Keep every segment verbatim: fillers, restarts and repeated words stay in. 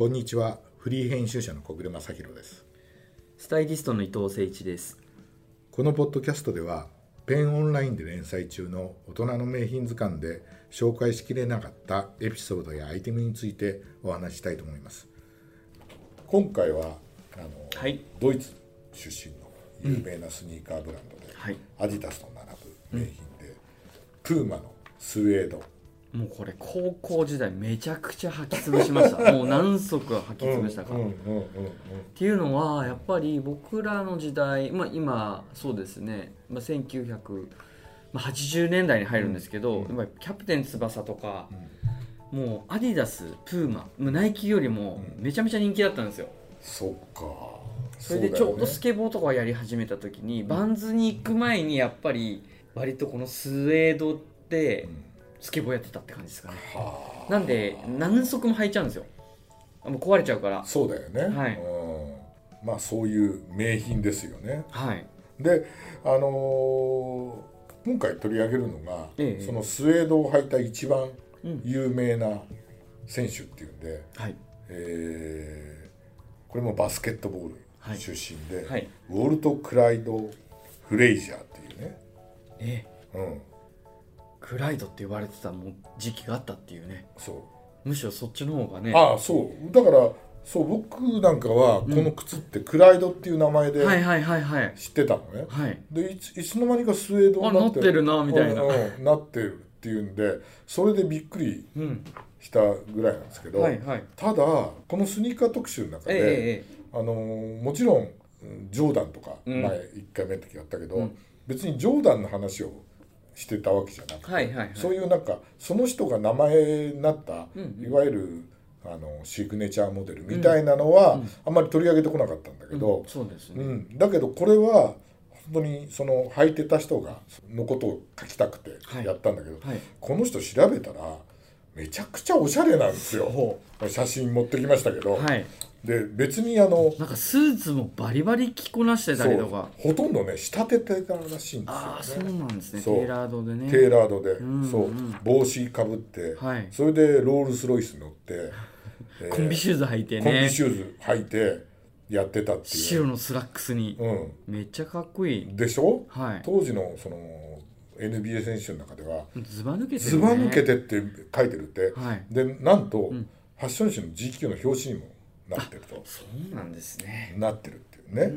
こんにちは。フリー編集者の小暮正弘です。 スタイリストの伊藤誠一です。 このポッドキャストでは、ペンオンラインで連載中の大人の名品図鑑で紹介しきれなかったエピソードやアイテムについてお話ししたいと思います。今回はあの、はい、ドイツ出身の有名なスニーカーブランドで、うんはい、アディダスと並ぶ名品で、うん、プーマのスウェード。 もうこれ高校時代めちゃくちゃ履き潰しましたもう何足は履き潰したかっていうのはやっぱり僕らの時代、まあ、今そうですね、まあ、せんきゅうひゃくはちじゅうねんだいに入るんですけど、うん、やっぱりキャプテン翼とか、うん、もうアディダス、プーマ、ナイキよりもめちゃめちゃ人気だったんですよ、うん、 そっか。 それでちょうどスケボーとかをやり始めた時に、うん、バンズに行く前にやっぱり割とこのスウェードって、うんスケボーやってたって感じですかね。なんで何足も履いちゃうんですよ。もう壊れちゃうから。 そうだよね、はい、うん、まあそういう名品ですよね、はい、で、あのー、今回取り上げるのが、ええ、そのスウェードを履いた一番有名な選手っていうんで、うんはいえー、これもバスケットボール出身で、はいはい、ウォルト・クライド・フレイジャーっていうね、 ええうんクライドって言われてたも時期があったっていうね。そうむしろそっちの方がね。 ああそうだからそう僕なんかはこの靴ってクライドっていう名前で知ってたのね、はい、でい つ, いつの間にかスウェードになってなってるなみたいな、 うん、なってるっていうんでそれでびっくりしたぐらいなんですけど、うんはいはい、ただこのスニーカー特集の中で、えー、あのもちろんジョーダンとか前いっかいめの時やったけど、うん、別にジョーダンの話をしてたわけじゃなくて、はいはいはい、そういうなんかその人が名前になった、うんうん、いわゆるあのシグネチャーモデルみたいなのは、うん、あんまり取り上げてこなかったんだけど、 うんそうですねうん、 だけどこれは本当にその履いてた人がのことを書きたくてやったんだけど、はいはい、この人調べたらめちゃくちゃおしゃれなんですよ。写真持ってきましたけど、はい、で別にあのなんかスーツもバリバリ着こなしてたりとかほとんどね仕立ててたらしいんですよね。 ああそうなんですね。テーラードでねテーラードで、うんうん、そう帽子かぶって、はい、それでロールスロイス乗ってコンビシューズ履いてねコンビシューズ履いてやってたっていう白のスラックスに、うん、めっちゃかっこいいでしょ、はい、当時のその エヌビーエー 選手の中ではズバ抜けてる、ね、 ズバ抜けてって書いてるって、はい、でなんと、うん、ファッション誌の ジーキュー の表紙にもなってるとそうなんですねなってるっていうね、うんうん、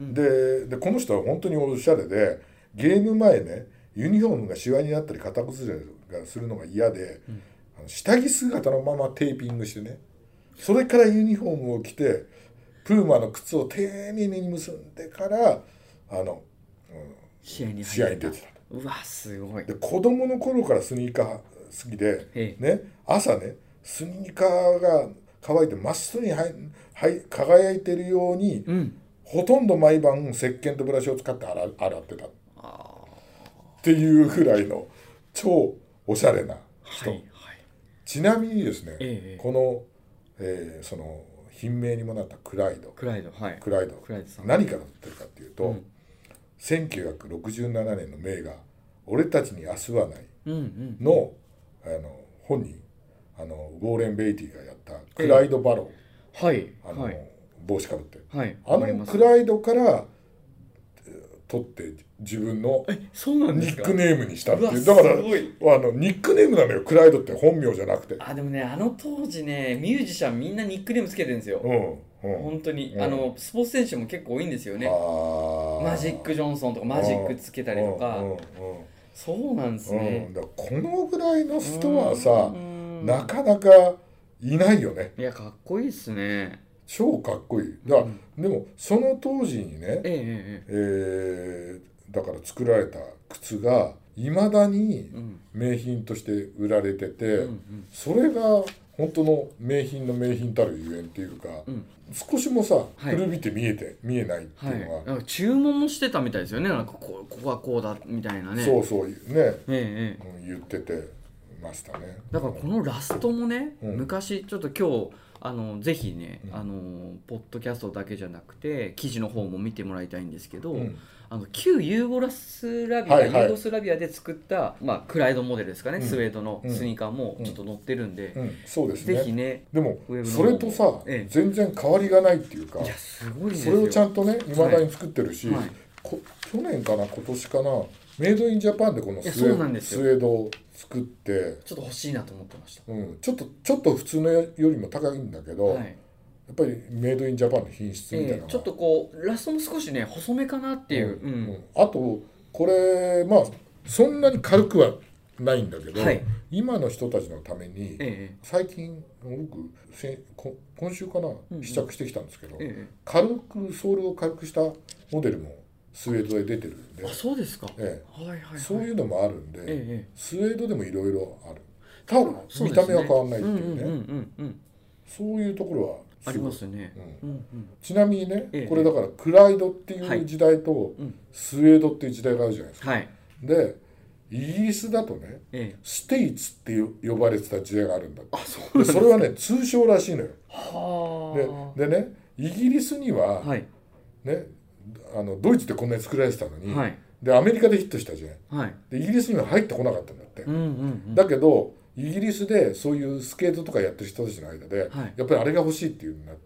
で, でこの人は本当におしゃれでゲーム前ねユニフォームがシワになったり型崩れがするのが嫌で、うん、あの下着姿のままテーピングしてねそれからユニフォームを着てプーマの靴を丁寧に結んでからあの、うん、 試合に試合に出てた。 うわすごい。 で子供の頃からスニーカー好きで、ね、朝ねスニーカーが乾いてまっすぐにはいはい、輝いてるように、うん、ほとんど毎晩石鹸とブラシを使って洗、洗ってたっていうぐらいの超おしゃれな人、はいはい、ちなみにですね、ええ、この、えー、その品名にもなったクライドクライド、はい、 クライドクライドさん何から取ってるかっていうと、うん、せんきゅうひゃくろくじゅうななねんの名画「俺たちに明日はないの」の、うんうん、あの本人あのウォーレン・ベイティがやったクライド・バロー、えーはいあのはい、帽子かぶって、はい、あのクライドから取って自分のニックネームにしたっていうだからあのニックネームなのよクライドって本名じゃなくてあでもねあの当時ねミュージシャンみんなニックネームつけてるんですよ、うんうん、本当に、うん、あのスポーツ選手も結構多いんですよねマジック・ジョンソンとかマジックつけたりとか、うんうんうん、そうなんですね、 うん、だこのぐらいの人はさなかなかいないよね。 いやかっこいいっすね超かっこいいだ、うん、でもその当時にね、えええー、だから作られた靴がいまだに名品として売られてて、うんうん、それが本当の名品の名品たるゆえんっていうか、うん、少しもさ、はい、古びて見えて見えないっていうのは、 はい、なんか注文もしてたみたいですよねなんかこここはこうだみたいなねそうそうね、 ええうん、 言っててましたねだからこのラストもね、うん、昔ちょっと今日あのぜひね、 うん、 あのポッドキャストだけじゃなくて記事の方も見てもらいたいんですけど、うん、あの旧ユーゴスラビア、はいはい、ユーゴスラビアで作った、まあ、クライドモデルですかね、うん、スウェードのスニーカーもちょっと載ってるんで、 うんうん、そうですね、 ぜひね。 でもそれとさ、ええ、全然変わりがないっていうか、 いやすごいですよ、それをちゃんとね未だに作ってるし、はいはい、こ去年かな今年かなメイドインジャパンでこのスウェードを作ってちょっと欲しいなと思ってました、 うん、ちょっとちょっと普通のよりも高いんだけど、はい、やっぱりメイドインジャパンの品質みたいなのが、 えー、ちょっとこうラストも少しね細めかなっていう、 うんうん、あとこれまあそんなに軽くはないんだけど、はい、今の人たちのために、えー、最近僕今週かな、うんうん、試着してきたんですけど、えー、軽くソールを軽くしたモデルもスウェードで出てるんで、 あ、そうですか、 ええ、 はいはいはい、 そういうのもあるんで、ええ、スウェードでもいろいろある。ただ見た目は変わんないっていうね、そういうところはありますね、 うんうんうん、ちなみにね、ええ、これだからクライドっていう時代と、はい、スウェードっていう時代があるじゃないですか、はい、でイギリスだとね、ええ、ステイツって呼ばれてた時代があるんだって。 あ、そうなんですか。 でそれはね通称らしいのよ。 はで, でねイギリスには、はい、ね、あのドイツでこんなに作られてたのに、はい、でアメリカでヒットしたじゃん、はい、でイギリスには入ってこなかったんだって、うんうんうん、だけどイギリスでそういうスケートとかやってる人たちの間で、はい、やっぱりあれが欲しいっていう風になって、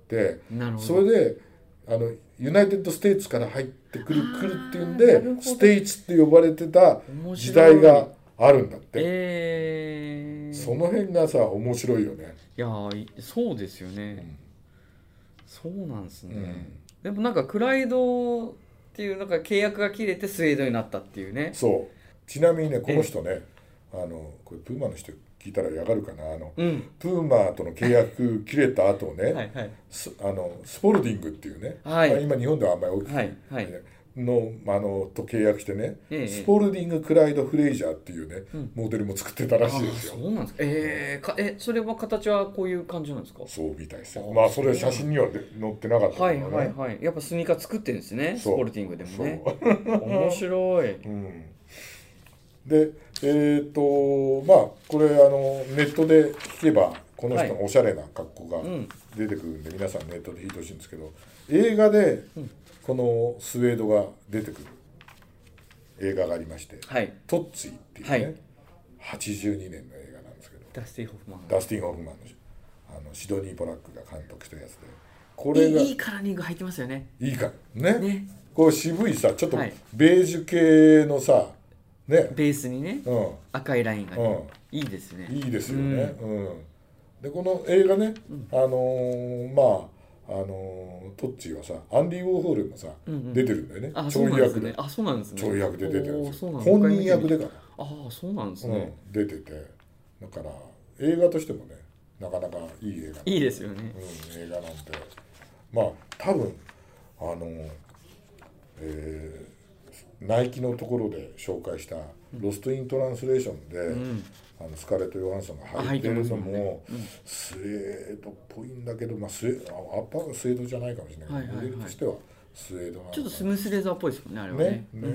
なるほど、それであのユナイテッドステイツから入ってくる来るっていうんでステイツって呼ばれてた時代があるんだって、えー、その辺がさ面白いよね。 いやそうですよね、うん、そうなんですね、うん、でもなんかクライドっていうなんか契約が切れてスウェードになったっていうね。 そうちなみにねこの人ね、あのこれプーマの人聞いたらやがるかな、あの、うん、プーマとの契約切れた後ねはい、はい、あのスポルディングっていうね、はい、今日本ではあんまり大きくない、はいはい、の, あのと契約してね、ええ、スポルディング・クライド・フレイジャーっていうね、うん、モデルも作ってたらしいですよ。 そうなんですか。えー、かえそれは形はこういう感じなんですか。 そうみたいですよ。まあそれは写真には載ってなかったけどね。 はいはいはい。やっぱスニーカー作ってるんですね、スポルディングでもね。面白い、うん、 でえっ、ー、とまあこれあのネットで聞けばこの人のおしゃれな格好が出てくるんで、はい、皆さんネットで聞いてほしいんですけど、映画でこのスウェードが出てくる映画がありまして、はい、トッツィっていうね、はい、はちじゅうにねんの映画なんですけど、 ダスティン・ホフマンダスティン・ホフマンの、あのシドニー・ポラックが監督したやつで、 これがいいカラーリング入ってますよね。 いいかね、ね、こう渋いさちょっとベージュ系のさ、ね、 ベースにね、うん、赤いラインが、ね、うん、いいですね。 いいですよね、うんうん、でこの映画ね、うん、あのー、まああのー、トッチーはさアンディ・ウォーホールもさ、うんうん、出てるんだよね。ちょい役で、 あ、そうなんですね。 ちょい役で出てるんですよ。本人役でかな。 ああ、そうなんですね、 うん、出てて、だから映画としてもねなかなかいい映画、 いいですよね、 うん、映画なんで、まあ多分あのー、えー、ナイキのところで紹介したロスト・イン・トランスレーションで、うん、あのスカーレット・ヨハンソンが履いてるのも、ね、うん、スウェードっぽいんだけど、まあ、スウェアッパーがスウェードじゃないかもしれないけど、モデルとしてはスウェードなのかな。 ちょっとスムースレザーっぽいですもんね、あれはね。ね、ね、うん、うん、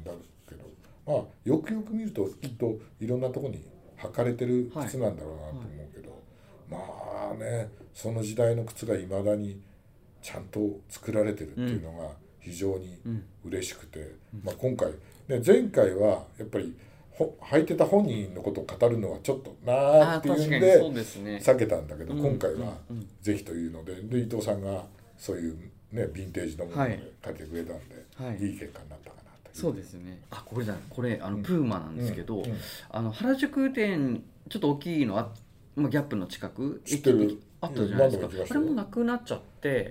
だけど、まあよくよく見るときっといろんなところに履かれてる靴なんだろうなと思うけど、はいはい、まあねその時代の靴がいまだにちゃんと作られてるっていうのが非常に嬉しくて、うん、まあ、今回、ね、前回はやっぱり履いてた本人のことを語るのはちょっとなーっていうんで避けたんだけど、今回はぜひというので、で伊藤さんがそういうねヴィンテージのもので書いてくれたんで、はい、いい結果になったかなという。 そうですね。あ、これだ、これあのプーマなんですけど、うんうんうん、あの原宿店ちょっと大きいのあ、まあ、ギャップの近く知ってるあったじゃないですか。あれもなくなっちゃって、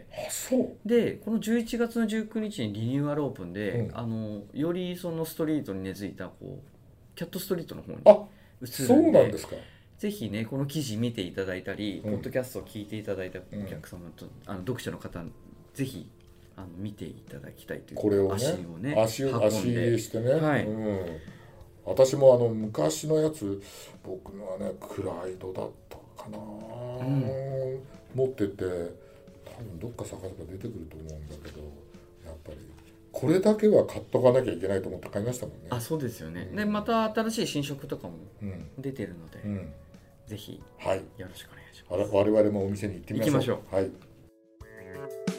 あ、そうでこのじゅういちがつのじゅうくにちにリニューアルオープンで、うん、あのよりそのストリートに根付いたこうキャットストリートの方に移るんで、 そうなんですか。 ぜひねこの記事見ていただいたり、うん、ポッドキャストを聞いていただいたお客様と、うん、あの読者の方ぜひあの見ていただきたいという。 これをね足をね足を足してね、はい、うん、私もあの昔のやつ僕のはねクライドだったかな、うん、持ってて多分どっか探せば出てくると思うんだけど、やっぱりこれだけは買っとかなきゃいけないと思って買いましたもんね。 あ、そうですよね、うん、でまた新しい新色とかも出てるので、うんうん、 ぜひはいよろしくお願いします。 我々もお店に行ってみましょう。 行きましょう。 はい。